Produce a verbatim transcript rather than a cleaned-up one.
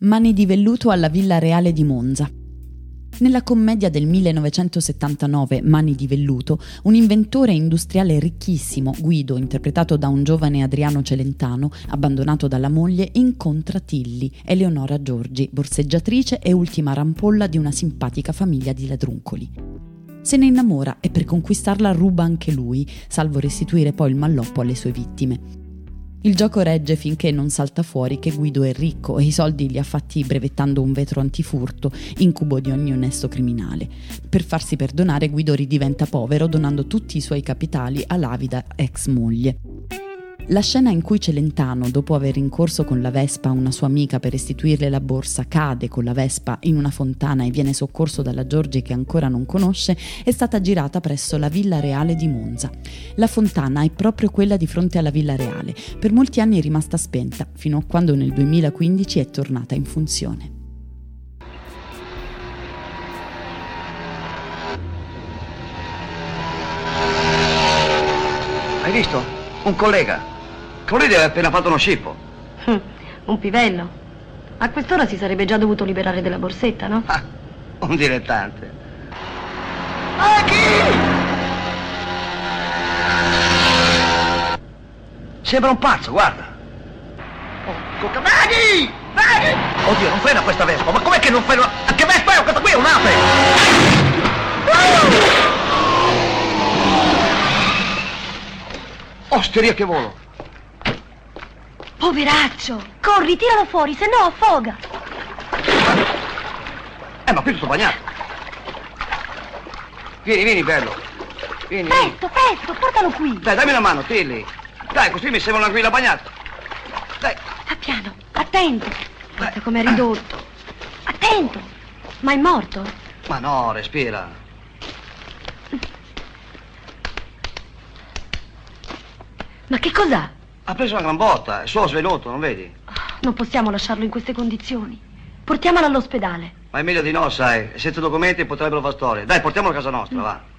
Mani di velluto alla Villa Reale di Monza. Nella commedia del millenovecentosettantanove Mani di velluto, un inventore industriale ricchissimo, Guido, interpretato da un giovane Adriano Celentano, abbandonato dalla moglie, incontra Tilly, Eleonora Giorgi, borseggiatrice e ultima rampolla di una simpatica famiglia di ladruncoli. Se ne innamora e per conquistarla ruba anche lui, salvo restituire poi il malloppo alle sue vittime. Il gioco regge finché non salta fuori che Guido è ricco e i soldi li ha fatti brevettando un vetro antifurto, incubo di ogni onesto criminale. Per farsi perdonare, Guido ridiventa povero donando tutti i suoi capitali all'avida ex moglie. La scena in cui Celentano, dopo aver rincorso con la Vespa una sua amica per restituirle la borsa, cade con la Vespa in una fontana e viene soccorso dalla Giorgi che ancora non conosce, è stata girata presso la Villa Reale di Monza. La fontana è proprio quella di fronte alla Villa Reale. Per molti anni è rimasta spenta, fino a quando nel duemilaquindici è tornata in funzione. Hai visto? Un collega. Quello lì ha appena fatto uno scippo. Un pivello. A quest'ora si sarebbe già dovuto liberare della borsetta, no? Ah, un dilettante. Maghi! Sembra un pazzo, guarda. Oh, Maghi! Maghi! Oddio, non frena questa Vespa. Ma com'è che non frena? Che Vespa è? Questa qui è un'ape! Uh! Osteria che volo! Poveraccio! Corri, tiralo fuori, se no affoga! Eh, ma qui tutto bagnato! Vieni, vieni, bello! Vieni, Presto, presto, portalo qui! Dai, dammi una mano, Tilly! Dai, così mi sembra un'anguilla bagnata! Dai! Sta piano, attento! Guarda com'è ridotto! Attento! Ma è morto? Ma no, respira! Ma che cos'ha? Ha preso una gran botta, è solo svenuto, non vedi? Non possiamo lasciarlo in queste condizioni. Portiamolo all'ospedale. Ma è meglio di no, sai. Senza documenti potrebbero far storia. Dai, portiamolo a casa nostra, va.